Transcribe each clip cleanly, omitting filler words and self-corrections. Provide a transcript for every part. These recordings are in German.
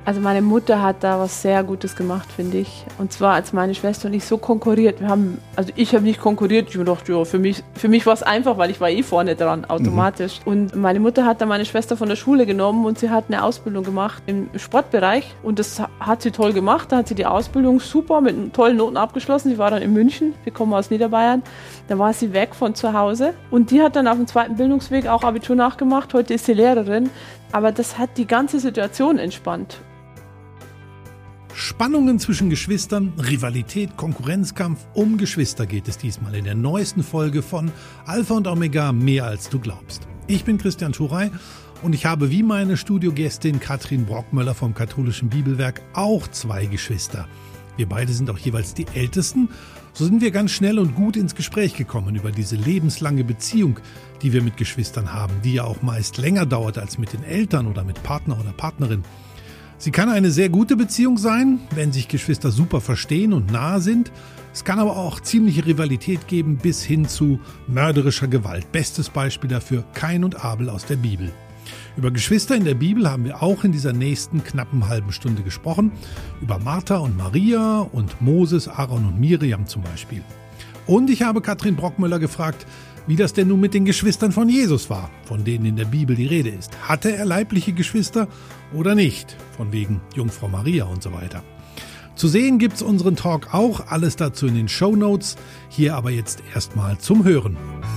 Also meine Mutter hat da was sehr Gutes gemacht, finde ich. Und zwar, als meine Schwester und ich so konkurriert. Ich habe nicht konkurriert. Ich dachte, ja, für mich war es einfach, weil ich war vorne dran, automatisch. Und meine Mutter hat dann meine Schwester von der Schule genommen und sie hat eine Ausbildung gemacht im Sportbereich. Und das hat sie toll gemacht. Da hat sie die Ausbildung super mit tollen Noten abgeschlossen. Sie war dann in München. Wir kommen aus Niederbayern. Da war sie weg von zu Hause. Und die hat dann auf dem zweiten Bildungsweg auch Abitur nachgemacht. Heute ist sie Lehrerin. Aber das hat die ganze Situation entspannt. Spannungen zwischen Geschwistern, Rivalität, Konkurrenzkampf, um Geschwister geht es diesmal in der neuesten Folge von Alpha und Omega, mehr als du glaubst. Ich bin Christian Schurey und ich habe wie meine Studiogästin Katrin Brockmöller vom Katholischen Bibelwerk auch 2 Geschwister. Wir beide sind auch jeweils die Ältesten. So sind wir ganz schnell und gut ins Gespräch gekommen über diese lebenslange Beziehung, die wir mit Geschwistern haben, die ja auch meist länger dauert als mit den Eltern oder mit Partner oder Partnerin. Sie kann eine sehr gute Beziehung sein, wenn sich Geschwister super verstehen und nahe sind. Es kann aber auch ziemliche Rivalität geben bis hin zu mörderischer Gewalt. Bestes Beispiel dafür Kain und Abel aus der Bibel. Über Geschwister in der Bibel haben wir auch in dieser nächsten knappen halben Stunde gesprochen. Über Martha und Maria und Moses, Aaron und Miriam zum Beispiel. Und ich habe Katrin Brockmöller gefragt, wie das denn nun mit den Geschwistern von Jesus war, von denen in der Bibel die Rede ist. Hatte er leibliche Geschwister oder nicht? Von wegen Jungfrau Maria und so weiter. Zu sehen gibt's unseren Talk auch, alles dazu in den Shownotes. Hier aber jetzt erstmal zum Hören.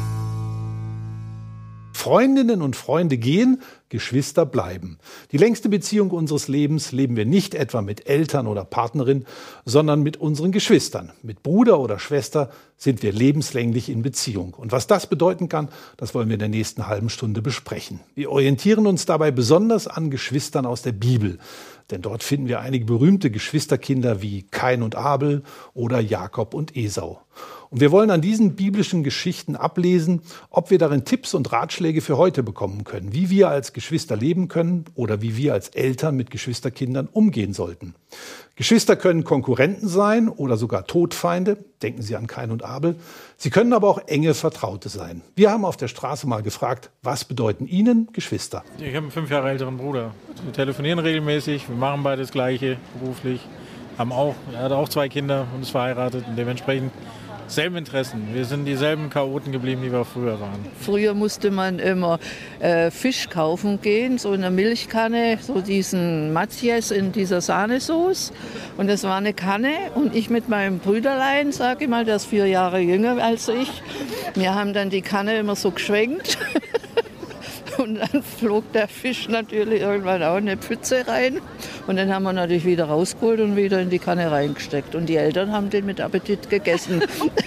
Freundinnen und Freunde gehen, Geschwister bleiben. Die längste Beziehung unseres Lebens leben wir nicht etwa mit Eltern oder Partnerin, sondern mit unseren Geschwistern. Mit Bruder oder Schwester sind wir lebenslänglich in Beziehung. Und was das bedeuten kann, das wollen wir in der nächsten halben Stunde besprechen. Wir orientieren uns dabei besonders an Geschwistern aus der Bibel. Denn dort finden wir einige berühmte Geschwisterkinder wie Kain und Abel oder Jakob und Esau. Und wir wollen an diesen biblischen Geschichten ablesen, ob wir darin Tipps und Ratschläge für heute bekommen können, wie wir als Geschwister leben können oder wie wir als Eltern mit Geschwisterkindern umgehen sollten. Geschwister können Konkurrenten sein oder sogar Todfeinde, denken Sie an Kain und Abel. Sie können aber auch enge Vertraute sein. Wir haben auf der Straße mal gefragt, was bedeuten Ihnen Geschwister? Ich habe einen 5 Jahre älteren Bruder. Wir telefonieren regelmäßig, wir machen beide das Gleiche beruflich. Er hat auch 2 Kinder und ist verheiratet und dementsprechend selben Interessen. Wir sind dieselben Chaoten geblieben, die wir auch früher waren. Früher musste man immer Fisch kaufen gehen, so in einer Milchkanne, so diesen Matjes in dieser Sahnesauce. Und das war eine Kanne und ich mit meinem Brüderlein, sage ich mal, der ist 4 Jahre jünger als ich. Wir haben dann die Kanne immer so geschwenkt. Und dann flog der Fisch natürlich irgendwann auch in eine Pfütze rein. Und den haben wir natürlich wieder rausgeholt und wieder in die Kanne reingesteckt. Und die Eltern haben den mit Appetit gegessen.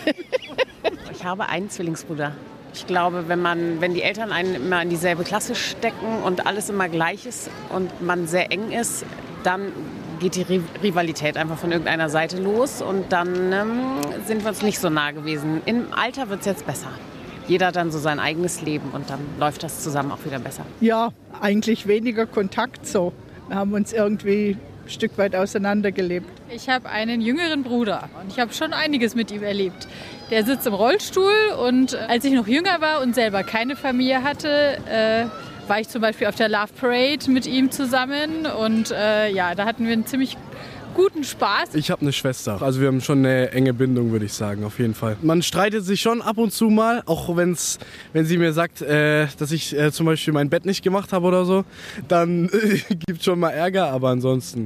Ich habe einen Zwillingsbruder. Ich glaube, wenn die Eltern einen immer in dieselbe Klasse stecken und alles immer gleich ist und man sehr eng ist, dann geht die Rivalität einfach von irgendeiner Seite los. Und dann sind wir uns nicht so nah gewesen. Im Alter wird es jetzt besser. Jeder hat dann so sein eigenes Leben und dann läuft das zusammen auch wieder besser. Ja, eigentlich weniger Kontakt so. Wir haben uns irgendwie ein Stück weit auseinandergelebt. Ich habe einen jüngeren Bruder und ich habe schon einiges mit ihm erlebt. Der sitzt im Rollstuhl und als ich noch jünger war und selber keine Familie hatte, war ich zum Beispiel auf der Love Parade mit ihm zusammen und da hatten wir einen ziemlich guten Spaß. Ich habe eine Schwester, also wir haben schon eine enge Bindung, würde ich sagen, auf jeden Fall. Man streitet sich schon ab und zu mal, auch wenn sie mir sagt, dass ich zum Beispiel mein Bett nicht gemacht habe oder so, dann gibt es schon mal Ärger, aber ansonsten,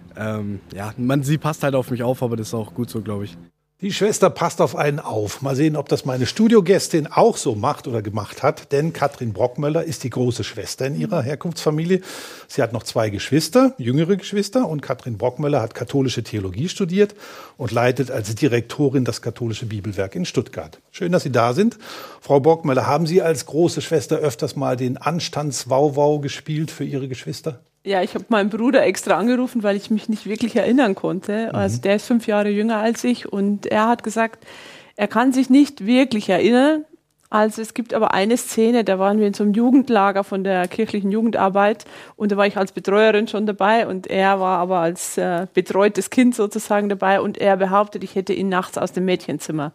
sie passt halt auf mich auf, aber das ist auch gut so, glaube ich. Die Schwester passt auf einen auf. Mal sehen, ob das meine Studiogästin auch so macht oder gemacht hat. Denn Katrin Brockmöller ist die große Schwester in ihrer Herkunftsfamilie. Sie hat noch 2 Geschwister, jüngere Geschwister. Und Katrin Brockmöller hat katholische Theologie studiert und leitet als Direktorin das Katholische Bibelwerk in Stuttgart. Schön, dass Sie da sind. Frau Brockmöller, haben Sie als große Schwester öfters mal den Anstandswauwau gespielt für Ihre Geschwister? Ja, ich habe meinen Bruder extra angerufen, weil ich mich nicht wirklich erinnern konnte. Also der ist 5 Jahre jünger als ich und er hat gesagt, er kann sich nicht wirklich erinnern Also es gibt aber eine Szene, da waren wir in so einem Jugendlager von der kirchlichen Jugendarbeit und da war ich als Betreuerin schon dabei und er war aber als betreutes Kind sozusagen dabei und er behauptet, ich hätte ihn nachts aus dem Mädchenzimmer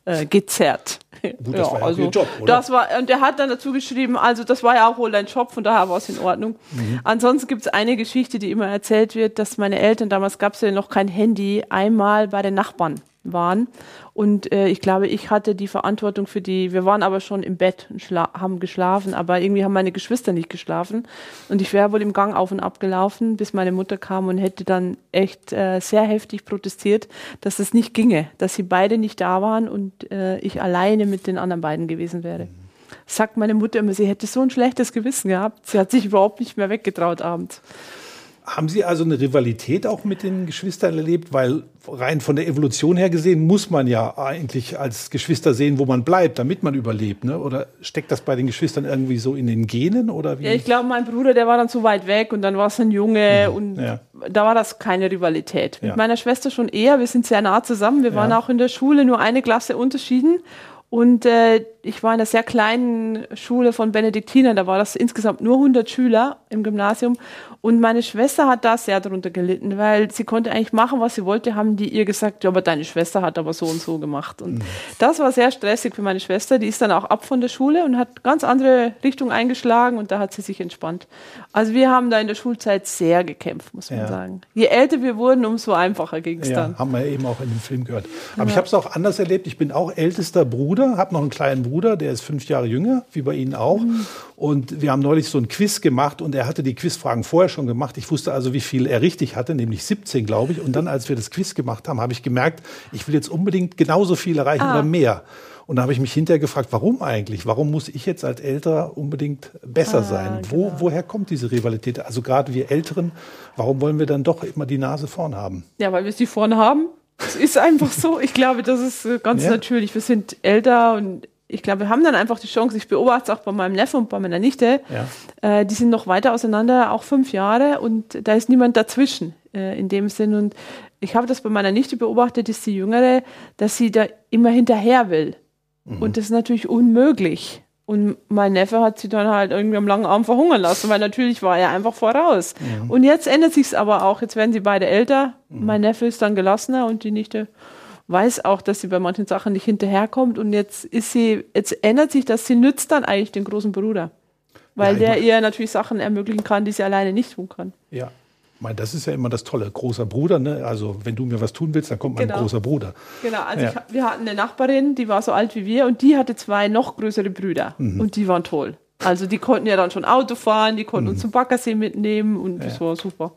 gezerrt. Gut, das war ja auch Ihr Job, oder? Und er hat dann dazu geschrieben, also das war ja auch wohl dein Job, von daher war es in Ordnung. Ansonsten gibt es eine Geschichte, die immer erzählt wird, dass meine Eltern, damals gab es ja noch kein Handy, einmal bei den Nachbarn waren und ich glaube, ich hatte die Verantwortung für wir waren aber schon im Bett und haben geschlafen, aber irgendwie haben meine Geschwister nicht geschlafen und ich wäre wohl im Gang auf und ab gelaufen, bis meine Mutter kam und hätte dann echt sehr heftig protestiert, dass es nicht ginge, dass sie beide nicht da waren und ich alleine mit den anderen beiden gewesen wäre. Sagt meine Mutter immer, sie hätte so ein schlechtes Gewissen gehabt, sie hat sich überhaupt nicht mehr weggetraut abends. Haben Sie also eine Rivalität auch mit den Geschwistern erlebt? Weil rein von der Evolution her gesehen muss man ja eigentlich als Geschwister sehen, wo man bleibt, damit man überlebt. Ne? Oder steckt das bei den Geschwistern irgendwie so in den Genen? Oder wie? Ja, ich glaube, mein Bruder, der war dann zu weit weg und dann war es ein Junge und da war das keine Rivalität. Mit meiner Schwester schon eher, wir sind sehr nah zusammen. Wir waren auch in der Schule nur eine Klasse unterschieden. Und ich war in einer sehr kleinen Schule von Benediktinern, da war das insgesamt nur 100 Schüler im Gymnasium. Und meine Schwester hat da sehr darunter gelitten, weil sie konnte eigentlich machen, was sie wollte, haben die ihr gesagt, ja, aber deine Schwester hat aber so und so gemacht. Und das war sehr stressig für meine Schwester, die ist dann auch ab von der Schule und hat ganz andere Richtung eingeschlagen und da hat sie sich entspannt. Also wir haben da in der Schulzeit sehr gekämpft, muss man sagen. Je älter wir wurden, umso einfacher ging es dann. Ja, haben wir eben auch in dem Film gehört. Aber ich habe es auch anders erlebt, ich bin auch ältester Bruder, habe noch einen kleinen Bruder, der ist 5 Jahre jünger, wie bei Ihnen auch. Und wir haben neulich so ein Quiz gemacht und er hatte die Quizfragen vorher schon gemacht. Ich wusste also, wie viel er richtig hatte, nämlich 17, glaube ich. Und dann, als wir das Quiz gemacht haben, habe ich gemerkt, ich will jetzt unbedingt genauso viel erreichen oder mehr. Und da habe ich mich hinterher gefragt, warum eigentlich? Warum muss ich jetzt als Älterer unbedingt besser sein? Genau. Woher kommt diese Rivalität? Also gerade wir Älteren, warum wollen wir dann doch immer die Nase vorn haben? Ja, weil wir sie vorn haben. Es ist einfach so. Ich glaube, das ist ganz natürlich. Wir sind älter und ich glaube, wir haben dann einfach die Chance, ich beobachte es auch bei meinem Neffen und bei meiner Nichte, die sind noch weiter auseinander, auch 5 Jahre und da ist niemand dazwischen in dem Sinn. Und ich habe das bei meiner Nichte beobachtet, ist die Jüngere, dass sie da immer hinterher will. Und das ist natürlich unmöglich. Und mein Neffe hat sie dann halt irgendwie am langen Arm verhungern lassen, weil natürlich war er einfach voraus. Und jetzt ändert sich es aber auch, jetzt werden sie beide älter, mein Neffe ist dann gelassener und die Nichte weiß auch, dass sie bei manchen Sachen nicht hinterherkommt und jetzt ändert sich das, sie nützt dann eigentlich den großen Bruder, weil der ihr natürlich Sachen ermöglichen kann, die sie alleine nicht tun kann. Ja, ich meine, das ist ja immer das Tolle, großer Bruder, ne? Also wenn du mir was tun willst, dann kommt mein großer Bruder. Genau, also wir hatten eine Nachbarin, die war so alt wie wir und die hatte 2 noch größere Brüder und die waren toll. Also die konnten ja dann schon Auto fahren, die konnten uns zum Baggersee mitnehmen und das war super.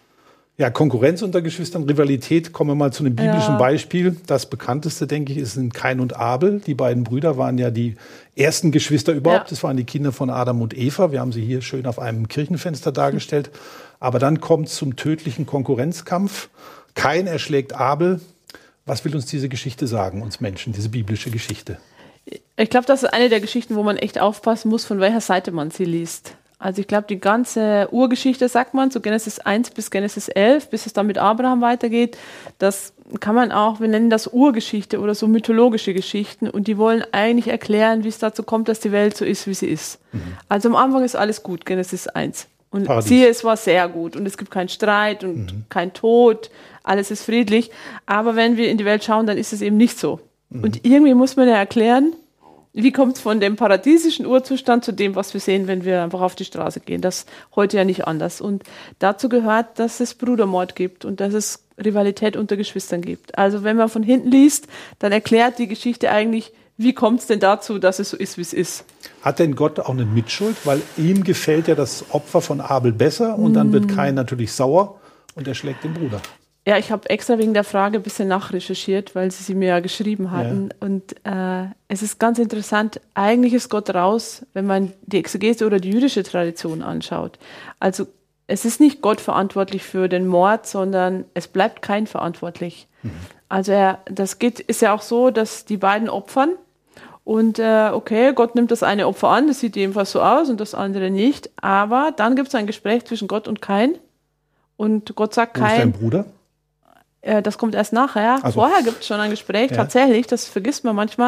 Ja, Konkurrenz unter Geschwistern, Rivalität, kommen wir mal zu einem biblischen Beispiel. Das bekannteste, denke ich, sind Kain und Abel. Die beiden Brüder waren ja die ersten Geschwister überhaupt. Das waren die Kinder von Adam und Eva. Wir haben sie hier schön auf einem Kirchenfenster dargestellt. Aber dann kommt es zum tödlichen Konkurrenzkampf. Kain erschlägt Abel. Was will uns diese Geschichte sagen, uns Menschen, diese biblische Geschichte? Ich glaube, das ist eine der Geschichten, wo man echt aufpassen muss, von welcher Seite man sie liest. Also ich glaube, die ganze Urgeschichte, sagt man, so Genesis 1 bis Genesis 11, bis es dann mit Abraham weitergeht, das kann man auch, wir nennen das Urgeschichte oder so mythologische Geschichten und die wollen eigentlich erklären, wie es dazu kommt, dass die Welt so ist, wie sie ist. Also am Anfang ist alles gut, Genesis 1. Und siehe, es war sehr gut und es gibt keinen Streit und kein Tod, alles ist friedlich. Aber wenn wir in die Welt schauen, dann ist es eben nicht so. Und irgendwie muss man ja erklären, wie kommt es von dem paradiesischen Urzustand zu dem, was wir sehen, wenn wir einfach auf die Straße gehen? Das ist heute ja nicht anders. Und dazu gehört, dass es Brudermord gibt und dass es Rivalität unter Geschwistern gibt. Also wenn man von hinten liest, dann erklärt die Geschichte eigentlich, wie kommt es denn dazu, dass es so ist, wie es ist. Hat denn Gott auch eine Mitschuld? Weil ihm gefällt ja das Opfer von Abel besser und dann wird Kain natürlich sauer und er schlägt den Bruder. Ja, ich habe extra wegen der Frage ein bisschen nachrecherchiert, weil sie mir ja geschrieben hatten. Ja. Und es ist ganz interessant, eigentlich ist Gott raus, wenn man die Exegese oder die jüdische Tradition anschaut. Also es ist nicht Gott verantwortlich für den Mord, sondern es bleibt Kain verantwortlich. Also ist ja auch so, dass die beiden opfern. Und okay, Gott nimmt das eine Opfer an, das sieht jedenfalls so aus und das andere nicht. Aber dann gibt es ein Gespräch zwischen Gott und Kain. Und Gott sagt Kain... Wo ist dein Bruder? Das kommt erst nachher. Also. Vorher gibt es schon ein Gespräch, tatsächlich, das vergisst man manchmal.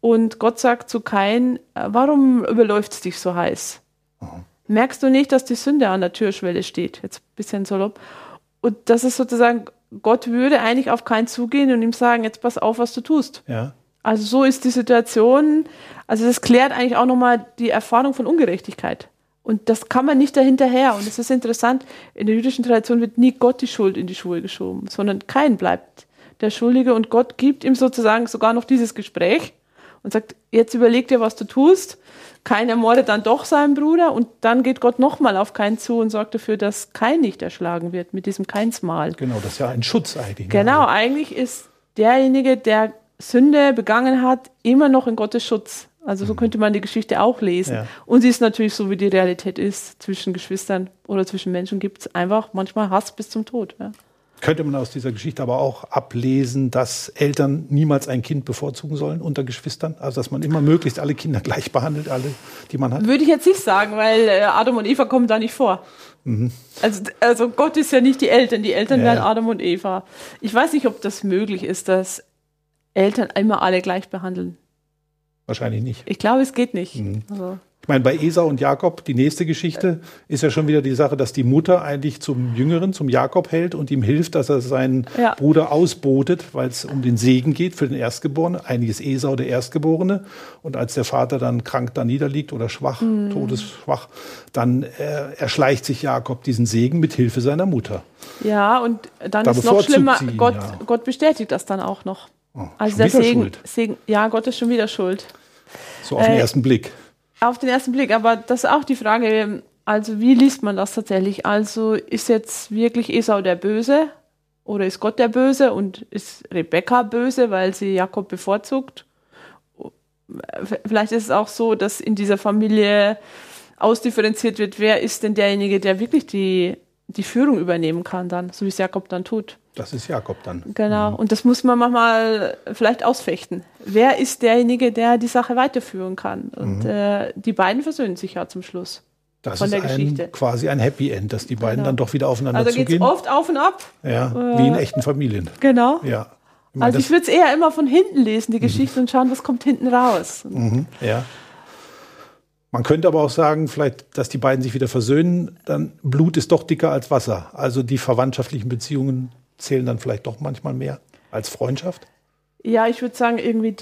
Und Gott sagt zu Kain, warum überläuft es dich so heiß? Merkst du nicht, dass die Sünde an der Türschwelle steht? Jetzt ein bisschen salopp. Und das ist sozusagen, Gott würde eigentlich auf Kain zugehen und ihm sagen, jetzt pass auf, was du tust. Ja. Also so ist die Situation, also das klärt eigentlich auch nochmal die Erfahrung von Ungerechtigkeit. Und das kann man nicht dahinterher. Und es ist interessant, in der jüdischen Tradition wird nie Gott die Schuld in die Schuhe geschoben, sondern Kain bleibt der Schuldige und Gott gibt ihm sozusagen sogar noch dieses Gespräch und sagt, jetzt überleg dir, was du tust. Kain ermordet dann doch seinen Bruder und dann geht Gott nochmal auf Kain zu und sorgt dafür, dass Kain nicht erschlagen wird mit diesem Kainsmal. Genau, das ist ja ein Schutz eigentlich. Genau, eigentlich ist derjenige, der Sünde begangen hat, immer noch in Gottes Schutz. Also so könnte man die Geschichte auch lesen. Ja. Und sie ist natürlich so, wie die Realität ist. Zwischen Geschwistern oder zwischen Menschen gibt es einfach manchmal Hass bis zum Tod. Ja. Könnte man aus dieser Geschichte aber auch ablesen, dass Eltern niemals ein Kind bevorzugen sollen unter Geschwistern? Also dass man immer möglichst alle Kinder gleich behandelt, alle, die man hat? Würde ich jetzt nicht sagen, weil Adam und Eva kommen da nicht vor. Mhm. Also Gott ist ja nicht die Eltern wären Adam und Eva. Ich weiß nicht, ob das möglich ist, dass Eltern immer alle gleich behandeln. Wahrscheinlich nicht. Ich glaube, es geht nicht. Mhm. Also. Ich meine, bei Esau und Jakob, die nächste Geschichte, ist ja schon wieder die Sache, dass die Mutter eigentlich zum Jüngeren, zum Jakob hält und ihm hilft, dass er seinen Bruder ausbotet, weil es um den Segen geht für den Erstgeborenen. Eigentlich ist Esau der Erstgeborene. Und als der Vater dann krank da niederliegt oder schwach, todesschwach, dann erschleicht sich Jakob diesen Segen mit Hilfe seiner Mutter. Ja, und dann ist noch schlimmer, Gott bestätigt das dann auch noch. Oh, also der Segen, ja, Gott ist schon wieder schuld. So auf den ersten Blick. Auf den ersten Blick, aber das ist auch die Frage, also wie liest man das tatsächlich? Also ist jetzt wirklich Esau der Böse oder ist Gott der Böse und ist Rebekka böse, weil sie Jakob bevorzugt? Vielleicht ist es auch so, dass in dieser Familie ausdifferenziert wird, wer ist denn derjenige, der wirklich die Führung übernehmen kann dann, so wie es Jakob dann tut. Das ist Jakob dann. Genau, und das muss man manchmal vielleicht ausfechten. Wer ist derjenige, der die Sache weiterführen kann? Und die beiden versöhnen sich ja zum Schluss von der Geschichte. Quasi ein Happy End, dass die beiden dann doch wieder aufeinander zugehen. Also geht es oft auf und ab. Ja, wie in echten Familien. Genau. Ja. Also ich würde es eher immer von hinten lesen, die Geschichte, und schauen, was kommt hinten raus. Ja. Man könnte aber auch sagen, vielleicht, dass die beiden sich wieder versöhnen, dann Blut ist doch dicker als Wasser. Also die verwandtschaftlichen Beziehungen zählen dann vielleicht doch manchmal mehr als Freundschaft? Ja, ich würde sagen, irgendwie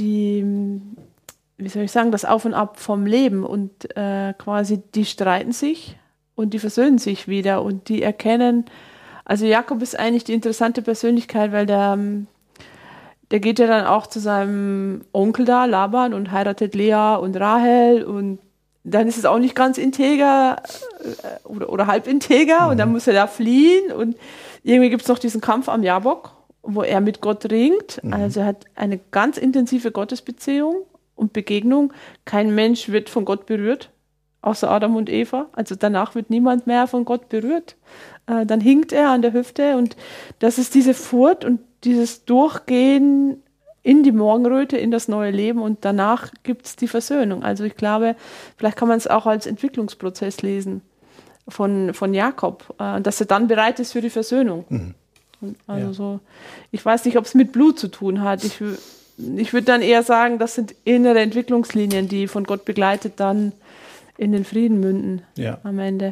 das Auf und Ab vom Leben und quasi die streiten sich und die versöhnen sich wieder und die erkennen, also Jakob ist eigentlich die interessante Persönlichkeit, weil der geht ja dann auch zu seinem Onkel da, Laban, und heiratet Lea und Rahel und dann ist es auch nicht ganz integer oder halb integer und dann muss er da fliehen und irgendwie gibt es noch diesen Kampf am Jabok, wo er mit Gott ringt. Also er hat eine ganz intensive Gottesbeziehung und Begegnung. Kein Mensch wird von Gott berührt, außer Adam und Eva. Also danach wird niemand mehr von Gott berührt. Dann hinkt er an der Hüfte und das ist diese Furt und dieses Durchgehen in die Morgenröte, in das neue Leben und danach gibt es die Versöhnung. Also ich glaube, vielleicht kann man es auch als Entwicklungsprozess lesen von Jakob, dass er dann bereit ist für die Versöhnung. Also so, ich weiß nicht, ob es mit Blut zu tun hat. Ich würde dann eher sagen, das sind innere Entwicklungslinien, die von Gott begleitet dann in den Frieden münden am Ende.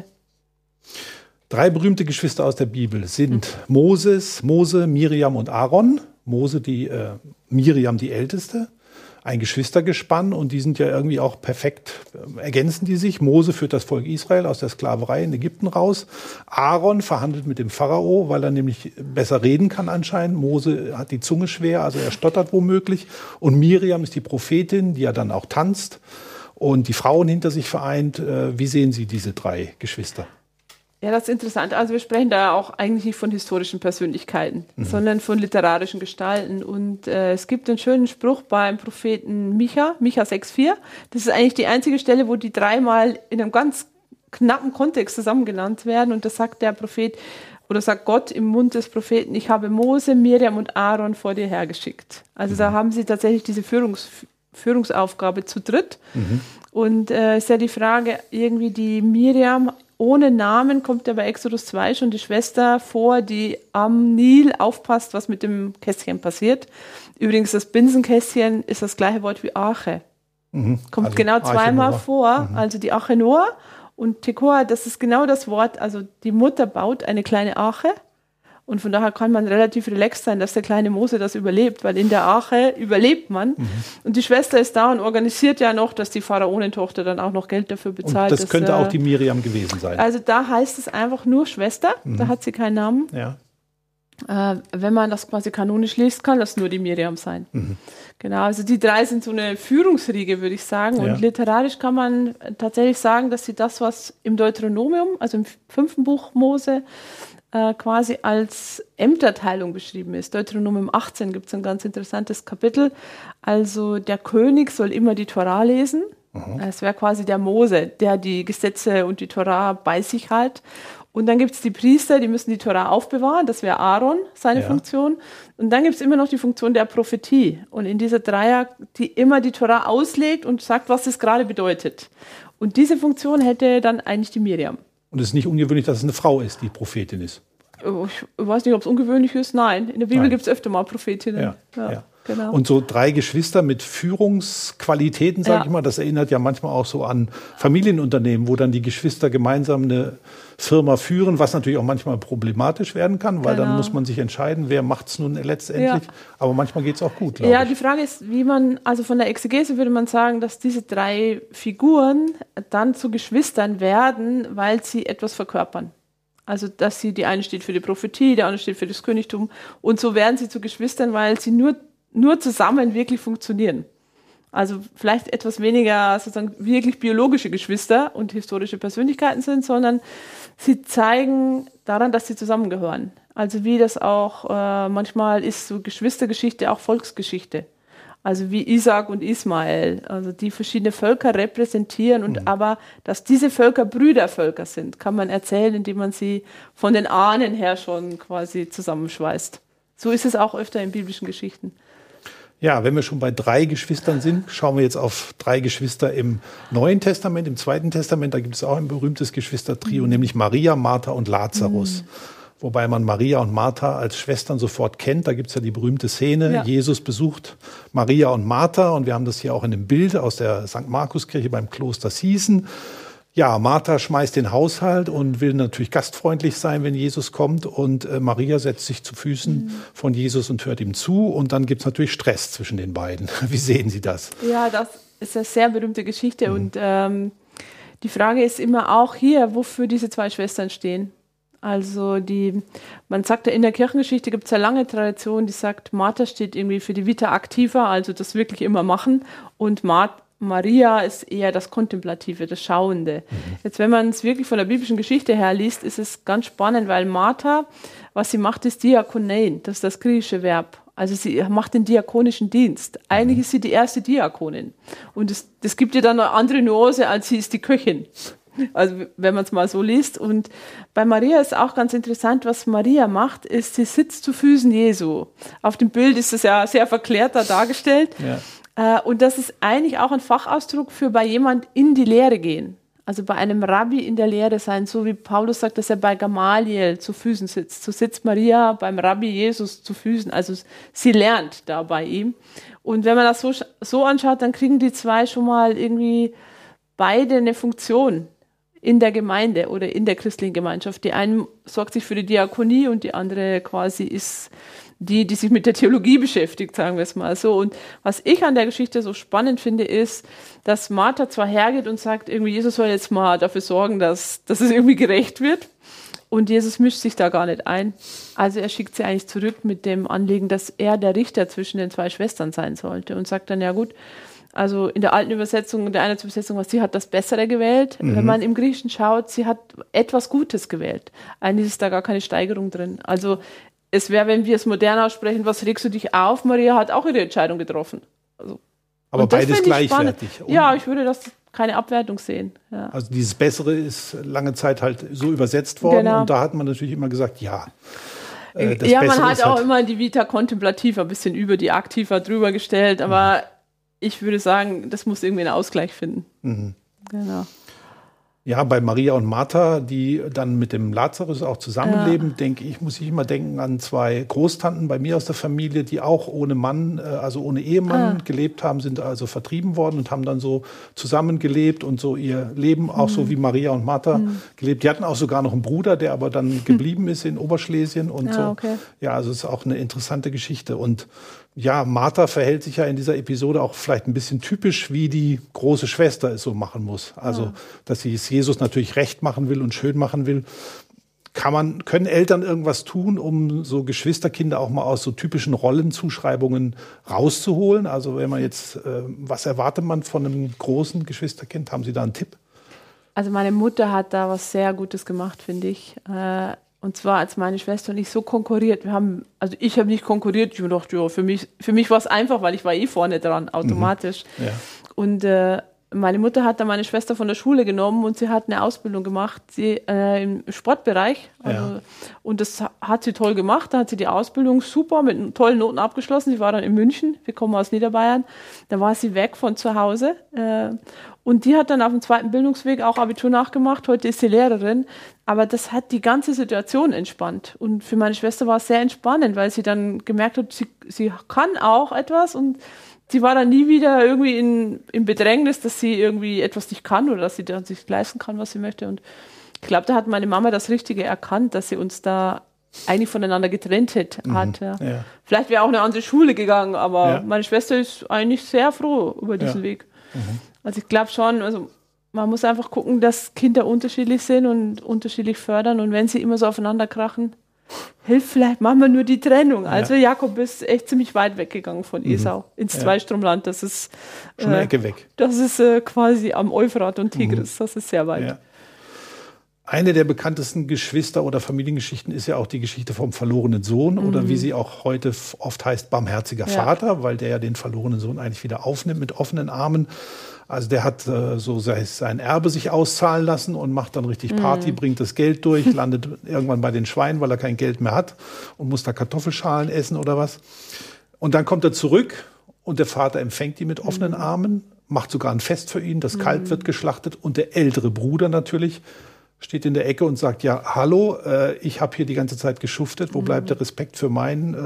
3 berühmte Geschwister aus der Bibel sind Mose, Miriam und Aaron. Mose, Miriam die Älteste, ein Geschwistergespann und die sind ja irgendwie auch perfekt, ergänzen die sich. Mose führt das Volk Israel aus der Sklaverei in Ägypten raus. Aaron verhandelt mit dem Pharao, weil er nämlich besser reden kann anscheinend. Mose hat die Zunge schwer, also er stottert womöglich. Und Miriam ist die Prophetin, die ja dann auch tanzt und die Frauen hinter sich vereint. Wie sehen Sie diese 3 Geschwister? Ja, das ist interessant. Also wir sprechen da auch eigentlich nicht von historischen Persönlichkeiten, sondern von literarischen Gestalten. Und es gibt einen schönen Spruch beim Propheten Micha 6,4. Das ist eigentlich die einzige Stelle, wo die 3-mal in einem ganz knappen Kontext zusammen genannt werden. Und das sagt der Prophet, oder sagt Gott im Mund des Propheten, ich habe Mose, Miriam und Aaron vor dir hergeschickt. Also da haben sie tatsächlich diese Führungsaufgabe zu dritt. Und ist ja die Frage, irgendwie die Miriam ohne Namen kommt ja bei Exodus 2 schon die Schwester vor, die am Nil aufpasst, was mit dem Kästchen passiert. Übrigens, das Binsenkästchen ist das gleiche Wort wie Arche. Kommt also genau zweimal vor, also die Arche Noah und Tekoa, das ist genau das Wort, also die Mutter baut eine kleine Arche und von daher kann man relativ relaxed sein, dass der kleine Mose das überlebt, weil in der Arche überlebt man und die Schwester ist da und organisiert ja noch, dass die Pharaonentochter dann auch noch Geld dafür bezahlt. Und das könnte auch die Miriam gewesen sein. Also da heißt es einfach nur Schwester, da hat sie keinen Namen. Ja. Wenn man das quasi kanonisch liest, kann das nur die Miriam sein. Genau, also die 3 sind so eine Führungsriege, würde ich sagen. Ja. Und literarisch kann man tatsächlich sagen, dass sie das, was im Deuteronomium, also im 5. Buch Mose, quasi als Ämterteilung beschrieben ist. Deuteronomium 18 gibt es ein ganz interessantes Kapitel. Also der König soll immer die Tora lesen. Es wäre quasi der Mose, der die Gesetze und die Tora bei sich hat. Und dann gibt es die Priester, die müssen die Tora aufbewahren, das wäre Aaron, seine Funktion. Und dann gibt es immer noch die Funktion der Prophetie. Und in dieser Dreier, die immer die Tora auslegt und sagt, was es gerade bedeutet. Und diese Funktion hätte dann eigentlich die Miriam. Und es ist nicht ungewöhnlich, dass es eine Frau ist, die Prophetin ist. Ich weiß nicht, ob es ungewöhnlich ist. Nein, in der Bibel gibt es öfter mal Prophetinnen. Ja. Genau. Und so 3 Geschwister mit Führungsqualitäten, sage ich mal, das erinnert ja manchmal auch so an Familienunternehmen, wo dann die Geschwister gemeinsam eine Firma führen, was natürlich auch manchmal problematisch werden kann, weil dann muss man sich entscheiden, wer macht es nun letztendlich. Ja. Aber manchmal geht es auch gut, glaube ich. Die Frage ist, wie man, also von der Exegese würde man sagen, dass diese 3 Figuren dann zu Geschwistern werden, weil sie etwas verkörpern. Also, dass die eine steht für die Prophetie, der andere steht für das Königtum. Und so werden sie zu Geschwistern, weil sie nur zusammen wirklich funktionieren. Also vielleicht etwas weniger sozusagen wirklich biologische Geschwister und historische Persönlichkeiten sind, sondern sie zeigen daran, dass sie zusammengehören. Also wie das auch manchmal ist, so Geschwistergeschichte auch Volksgeschichte. Also wie Isaac und Ismael, also die verschiedene Völker repräsentieren und aber, dass diese Völker Brüdervölker sind, kann man erzählen, indem man sie von den Ahnen her schon quasi zusammenschweißt. So ist es auch öfter in biblischen Geschichten. Ja, wenn wir schon bei 3 Geschwistern sind, schauen wir jetzt auf 3 Geschwister im Neuen Testament, im Zweiten Testament. Da gibt es auch ein berühmtes Geschwistertrio, nämlich Maria, Martha und Lazarus. Wobei man Maria und Martha als Schwestern sofort kennt. Da gibt es ja die berühmte Szene, ja. Jesus besucht Maria und Martha. Und wir haben das hier auch in einem Bild aus der St. Markuskirche beim Kloster Sießen. Ja, Martha schmeißt den Haushalt und will natürlich gastfreundlich sein, wenn Jesus kommt. Und Maria setzt sich zu Füßen von Jesus und hört ihm zu. Und dann gibt es natürlich Stress zwischen den beiden. Wie sehen Sie das? Ja, das ist eine sehr berühmte Geschichte. Und die Frage ist immer auch hier, wofür diese 2 Schwestern stehen. Also man sagt ja, in der Kirchengeschichte gibt es ja lange Tradition, die sagt, Martha steht irgendwie für die Vita activa, also das wirklich immer machen. Und Maria ist eher das Kontemplative, das Schauende. Jetzt, wenn man es wirklich von der biblischen Geschichte her liest, ist es ganz spannend, weil Martha, was sie macht, ist Diakonein, das ist das griechische Verb. Also sie macht den diakonischen Dienst. Eigentlich ist sie die erste Diakonin. Und das gibt ihr dann eine andere Nuance, als sie ist die Köchin. Also wenn man es mal so liest. Und bei Maria ist auch ganz interessant, was Maria macht, ist, sie sitzt zu Füßen Jesu. Auf dem Bild ist es ja sehr verklärt da dargestellt. Ja. Und das ist eigentlich auch ein Fachausdruck für bei jemand in die Lehre gehen. Also bei einem Rabbi in der Lehre sein, so wie Paulus sagt, dass er bei Gamaliel zu Füßen sitzt. So sitzt Maria beim Rabbi Jesus zu Füßen. Also sie lernt da bei ihm. Und wenn man das so anschaut, dann kriegen die 2 schon mal irgendwie beide eine Funktion in der Gemeinde oder in der christlichen Gemeinschaft. Die eine sorgt sich für die Diakonie und die andere quasi ist die sich mit der Theologie beschäftigt, sagen wir es mal so. Und was ich an der Geschichte so spannend finde, ist, dass Martha zwar hergeht und sagt, irgendwie Jesus soll jetzt mal dafür sorgen, dass es irgendwie gerecht wird. Und Jesus mischt sich da gar nicht ein. Also er schickt sie eigentlich zurück mit dem Anliegen, dass er der Richter zwischen den 2 Schwestern sein sollte und sagt dann, ja gut, also in der alten Übersetzung, in der Einheitsübersetzung, sie hat das Bessere gewählt. Wenn man im Griechischen schaut, sie hat etwas Gutes gewählt. Eigentlich ist da gar keine Steigerung drin. Also es wäre, wenn wir es modern aussprechen, was regst du dich auf? Maria hat auch ihre Entscheidung getroffen. Also, aber beides gleichwertig. Ja, ich würde das keine Abwertung sehen. Ja. Also dieses Bessere ist lange Zeit halt so übersetzt worden. Genau. Und da hat man natürlich immer gesagt, ja. Ja, man hat auch immer die Vita Contemplativa ein bisschen über die Activa drüber gestellt, aber ich würde sagen, das muss irgendwie einen Ausgleich finden. Genau. Ja, bei Maria und Martha, die dann mit dem Lazarus auch zusammenleben, muss ich immer denken an 2 Großtanten bei mir aus der Familie, die auch ohne Mann, also ohne Ehemann gelebt haben, sind also vertrieben worden und haben dann so zusammengelebt und so ihr Leben auch so wie Maria und Martha gelebt. Die hatten auch sogar noch einen Bruder, der aber dann geblieben ist in Oberschlesien und so. Okay. Ja, also es ist auch eine interessante Geschichte. Und ja, Martha verhält sich ja in dieser Episode auch vielleicht ein bisschen typisch, wie die große Schwester es so machen muss. Also, dass sie es Jesus natürlich recht machen will und schön machen will. Können Eltern irgendwas tun, um so Geschwisterkinder auch mal aus so typischen Rollenzuschreibungen rauszuholen? Also, wenn man jetzt, was erwartet man von einem großen Geschwisterkind? Haben Sie da einen Tipp? Also, meine Mutter hat da was sehr Gutes gemacht, finde ich. Und zwar, als meine Schwester und ich so konkurriert. Ich habe nicht konkurriert. Ich habe gedacht, ja, für mich war es einfach, weil ich war vorne dran, automatisch. Ja. Und meine Mutter hat dann meine Schwester von der Schule genommen und sie hat eine Ausbildung gemacht, im Sportbereich. Und das hat sie toll gemacht. Da hat sie die Ausbildung super mit tollen Noten abgeschlossen. Sie war dann in München. Wir kommen aus Niederbayern. Da war sie weg von zu Hause. Und die hat dann auf dem 2. Bildungsweg auch Abitur nachgemacht. Heute ist sie Lehrerin. Aber das hat die ganze Situation entspannt. Und für meine Schwester war es sehr entspannend, weil sie dann gemerkt hat, sie kann auch etwas und sie war dann nie wieder irgendwie in Bedrängnis, dass sie irgendwie etwas nicht kann oder dass sie dann sich leisten kann, was sie möchte. Und ich glaube, da hat meine Mama das Richtige erkannt, dass sie uns da eigentlich voneinander getrennt hat. Ja. Vielleicht wäre auch eine andere Schule gegangen, aber meine Schwester ist eigentlich sehr froh über diesen Weg. Also ich glaube schon, also man muss einfach gucken, dass Kinder unterschiedlich sind und unterschiedlich fördern. Und wenn sie immer so aufeinander krachen, hilft vielleicht manchmal nur die Trennung. Also Jakob ist echt ziemlich weit weggegangen von Esau ins Zweistromland. Das ist schon eine Ecke weg. Das ist quasi am Euphrat und Tigris. Das ist sehr weit. Ja. Eine der bekanntesten Geschwister- oder Familiengeschichten ist ja auch die Geschichte vom verlorenen Sohn oder wie sie auch heute oft heißt, barmherziger Vater, weil der ja den verlorenen Sohn eigentlich wieder aufnimmt mit offenen Armen. Also der hat so sein Erbe sich auszahlen lassen und macht dann richtig Party, bringt das Geld durch, landet irgendwann bei den Schweinen, weil er kein Geld mehr hat und muss da Kartoffelschalen essen oder was. Und dann kommt er zurück und der Vater empfängt ihn mit offenen Armen, macht sogar ein Fest für ihn, das Kalb wird geschlachtet und der ältere Bruder natürlich steht in der Ecke und sagt, ja, hallo, ich habe hier die ganze Zeit geschuftet, wo bleibt der Respekt für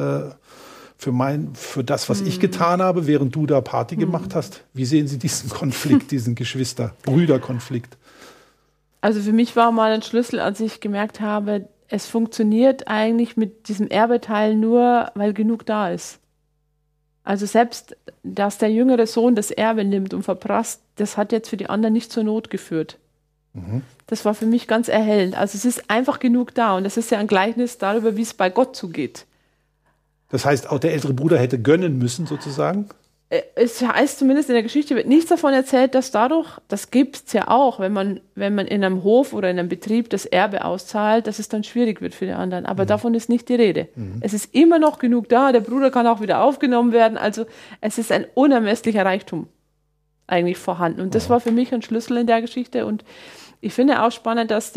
das, was ich getan habe, während du da Party gemacht hast? Wie sehen Sie diesen Konflikt, diesen Geschwister-Brüder-Konflikt? Also für mich war mal ein Schlüssel, als ich gemerkt habe, es funktioniert eigentlich mit diesem Erbeteil nur, weil genug da ist. Also selbst, dass der jüngere Sohn das Erbe nimmt und verprasst, das hat jetzt für die anderen nicht zur Not geführt. Das war für mich ganz erhellend. Also es ist einfach genug da und das ist ja ein Gleichnis darüber, wie es bei Gott zugeht. Das heißt, auch der ältere Bruder hätte gönnen müssen, sozusagen? Es heißt zumindest in der Geschichte, wird nichts davon erzählt, dass dadurch, das gibt es ja auch, wenn man in einem Hof oder in einem Betrieb das Erbe auszahlt, dass es dann schwierig wird für die anderen. Aber davon ist nicht die Rede. Es ist immer noch genug da, der Bruder kann auch wieder aufgenommen werden. Also es ist ein unermesslicher Reichtum eigentlich vorhanden. Und das war für mich ein Schlüssel in der Geschichte. Und ich finde auch spannend, dass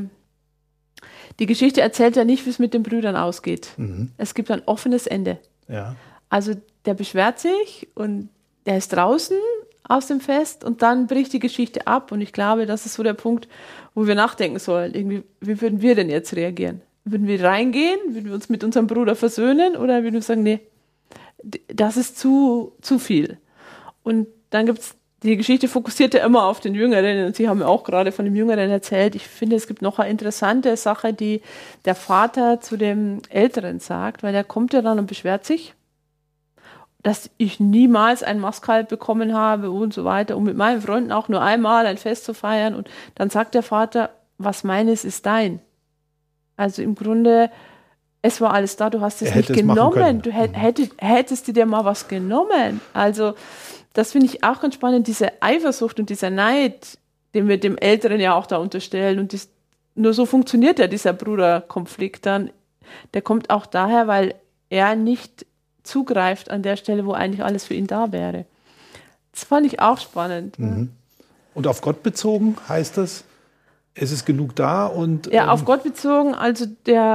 die Geschichte erzählt ja nicht, wie es mit den Brüdern ausgeht. Es gibt ein offenes Ende. Ja. Also der beschwert sich und der ist draußen aus dem Fest und dann bricht die Geschichte ab. Und ich glaube, das ist so der Punkt, wo wir nachdenken sollen. Irgendwie, wie würden wir denn jetzt reagieren? Würden wir reingehen? Würden wir uns mit unserem Bruder versöhnen? Oder würden wir sagen, nee, das ist zu viel? Und dann gibt es die Geschichte fokussiert ja immer auf den Jüngeren und Sie haben ja auch gerade von dem Jüngeren erzählt. Ich finde, es gibt noch eine interessante Sache, die der Vater zu dem Älteren sagt, weil der kommt ja dann und beschwert sich, dass ich niemals ein Mastkalb bekommen habe und so weiter, um mit meinen Freunden auch nur einmal ein Fest zu feiern. Und dann sagt der Vater, was meines ist dein. Also im Grunde, es war alles da, du hast es nicht genommen. Du hättest dir mal was genommen. Also das finde ich auch ganz spannend, diese Eifersucht und dieser Neid, den wir dem Älteren ja auch da unterstellen. Und nur so funktioniert ja dieser Bruderkonflikt dann. Der kommt auch daher, weil er nicht zugreift an der Stelle, wo eigentlich alles für ihn da wäre. Das fand ich auch spannend. Und auf Gott bezogen heißt das, es ist genug da und... Ja, auf Gott bezogen, also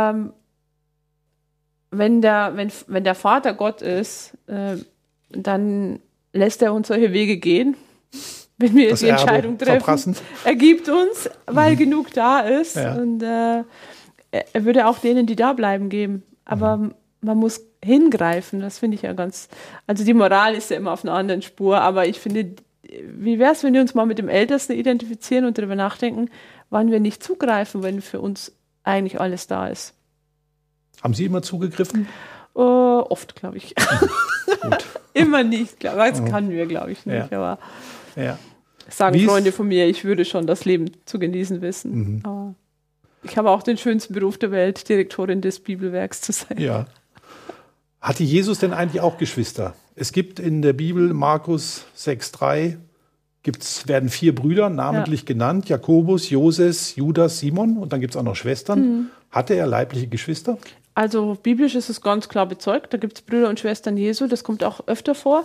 wenn der Vater Gott ist, dann lässt er uns solche Wege gehen. wenn wir die Entscheidung treffen, er gibt uns, weil genug da ist. Ja. Und er würde auch denen, die da bleiben, geben. Aber man muss hingreifen, das finde ich ja also die Moral ist ja immer auf einer anderen Spur, aber ich finde, wie wäre es, wenn wir uns mal mit dem Ältesten identifizieren und darüber nachdenken, wann wir nicht zugreifen, wenn für uns eigentlich alles da ist. Haben Sie immer zugegriffen? Oft, glaube ich. Gut. Immer nicht, glaube ich. Das können wir, glaube ich, nicht. Aber sagen Freunde von mir, ich würde schon das Leben zu genießen wissen. Aber ich habe auch den schönsten Beruf der Welt, Direktorin des Bibelwerks zu sein. Ja. Hatte Jesus denn eigentlich auch Geschwister? Es gibt in der Bibel, Markus 6,3, werden 4 Brüder namentlich genannt. Jakobus, Joses, Judas, Simon. Und dann gibt es auch noch Schwestern. Hatte er leibliche Geschwister? Also biblisch ist es ganz klar bezeugt. Da gibt es Brüder und Schwestern Jesu. Das kommt auch öfter vor.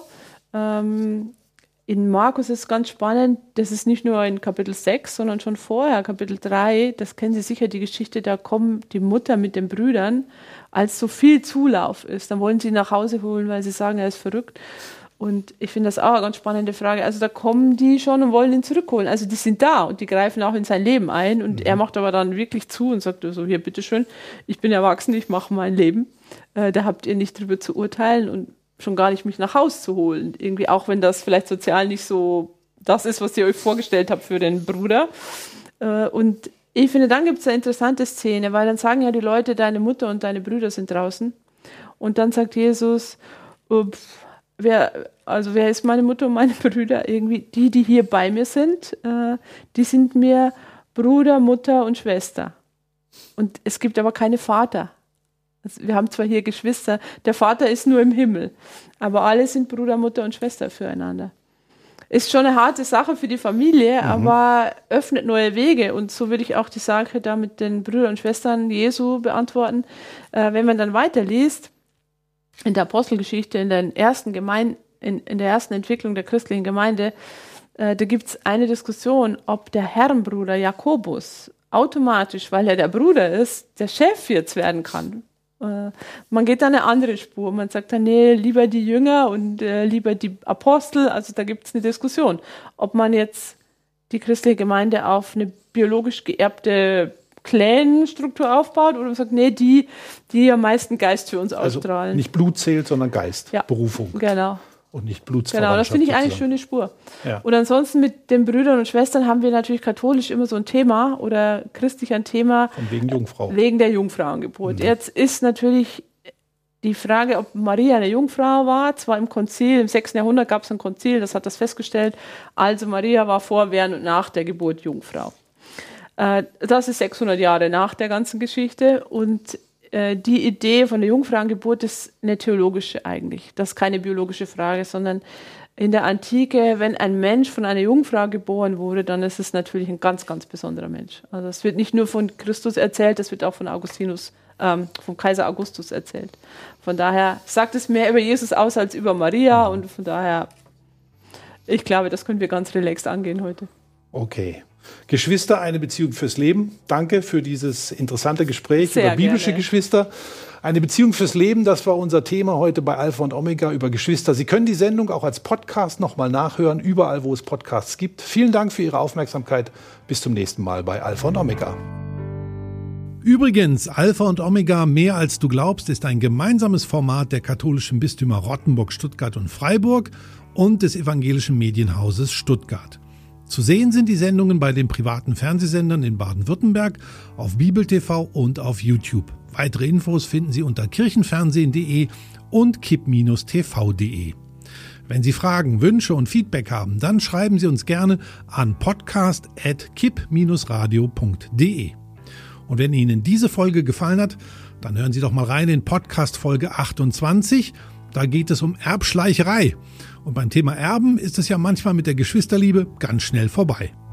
In Markus ist es ganz spannend. Das ist nicht nur in Kapitel 6, sondern schon vorher, Kapitel 3. Das kennen Sie sicher, die Geschichte. Da kommt die Mutter mit den Brüdern, als so viel Zulauf ist. Dann wollen sie ihn nach Hause holen, weil sie sagen, er ist verrückt. Und ich finde das auch eine ganz spannende Frage. Also da kommen die schon und wollen ihn zurückholen. Also die sind da und die greifen auch in sein Leben ein. Und er macht aber dann wirklich zu und sagt so, hier, bitteschön, ich bin erwachsen, ich mache mein Leben. Da habt ihr nicht drüber zu urteilen und schon gar nicht mich nach Hause zu holen. Irgendwie auch, wenn das vielleicht sozial nicht so das ist, was ihr euch vorgestellt habt für den Bruder. Und ich finde, dann gibt es eine interessante Szene, weil dann sagen ja die Leute, deine Mutter und deine Brüder sind draußen. Und dann sagt Jesus, wer ist meine Mutter und meine Brüder? Irgendwie die hier bei mir sind, die sind mir Bruder, Mutter und Schwester. Und es gibt aber keine Vater. Also wir haben zwar hier Geschwister, der Vater ist nur im Himmel, aber alle sind Bruder, Mutter und Schwester füreinander. Ist schon eine harte Sache für die Familie, aber öffnet neue Wege. Und so würde ich auch die Sache da mit den Brüdern und Schwestern Jesu beantworten. Wenn man dann weiterliest, in der Apostelgeschichte, in der ersten Entwicklung der christlichen Gemeinde, da gibt es eine Diskussion, ob der Herrenbruder Jakobus automatisch, weil er der Bruder ist, der Chef jetzt werden kann. Man geht dann eine andere Spur. Man sagt dann, nee, lieber die Jünger und lieber die Apostel. Also da gibt es eine Diskussion, ob man jetzt die christliche Gemeinde auf eine biologisch geerbte Clan-Struktur aufbaut oder man sagt, nee, die am meisten Geist für uns ausstrahlen. Also nicht Blut zählt, sondern Geist, Berufung. Genau. Und nicht Blutsverwandtschaft. Genau, das finde ich eigentlich eine schöne Spur. Ja. Und ansonsten mit den Brüdern und Schwestern haben wir natürlich katholisch immer so ein Thema oder christlich ein Thema. Von wegen Jungfrau. Wegen der Jungfrauengeburt. Jetzt ist natürlich die Frage, ob Maria eine Jungfrau war. Zwar im Konzil, im 6. Jahrhundert gab es ein Konzil, das hat das festgestellt. Also Maria war vor, während und nach der Geburt Jungfrau. Das ist 600 Jahre nach der ganzen Geschichte und die Idee von der Jungfrauengeburt ist eine theologische eigentlich. Das ist keine biologische Frage, sondern in der Antike, wenn ein Mensch von einer Jungfrau geboren wurde, dann ist es natürlich ein ganz, ganz besonderer Mensch. Also es wird nicht nur von Christus erzählt, es wird auch von vom Kaiser Augustus erzählt. Von daher sagt es mehr über Jesus aus als über Maria und von daher, ich glaube, das können wir ganz relaxed angehen heute. Okay. Geschwister, eine Beziehung fürs Leben. Danke für dieses interessante Gespräch über biblische gerne. Geschwister. Eine Beziehung fürs Leben, das war unser Thema heute bei Alpha und Omega über Geschwister. Sie können die Sendung auch als Podcast nochmal nachhören, überall, wo es Podcasts gibt. Vielen Dank für Ihre Aufmerksamkeit. Bis zum nächsten Mal bei Alpha und Omega. Übrigens, Alpha und Omega, mehr als du glaubst, ist ein gemeinsames Format der katholischen Bistümer Rottenburg, Stuttgart und Freiburg und des evangelischen Medienhauses Stuttgart. Zu sehen sind die Sendungen bei den privaten Fernsehsendern in Baden-Württemberg, auf Bibel TV und auf YouTube. Weitere Infos finden Sie unter kirchenfernsehen.de und kipp-tv.de. Wenn Sie Fragen, Wünsche und Feedback haben, dann schreiben Sie uns gerne an podcast@kipp-radio.de. Und wenn Ihnen diese Folge gefallen hat, dann hören Sie doch mal rein in Podcast Folge 28. Da geht es um Erbschleicherei. Und beim Thema Erben ist es ja manchmal mit der Geschwisterliebe ganz schnell vorbei.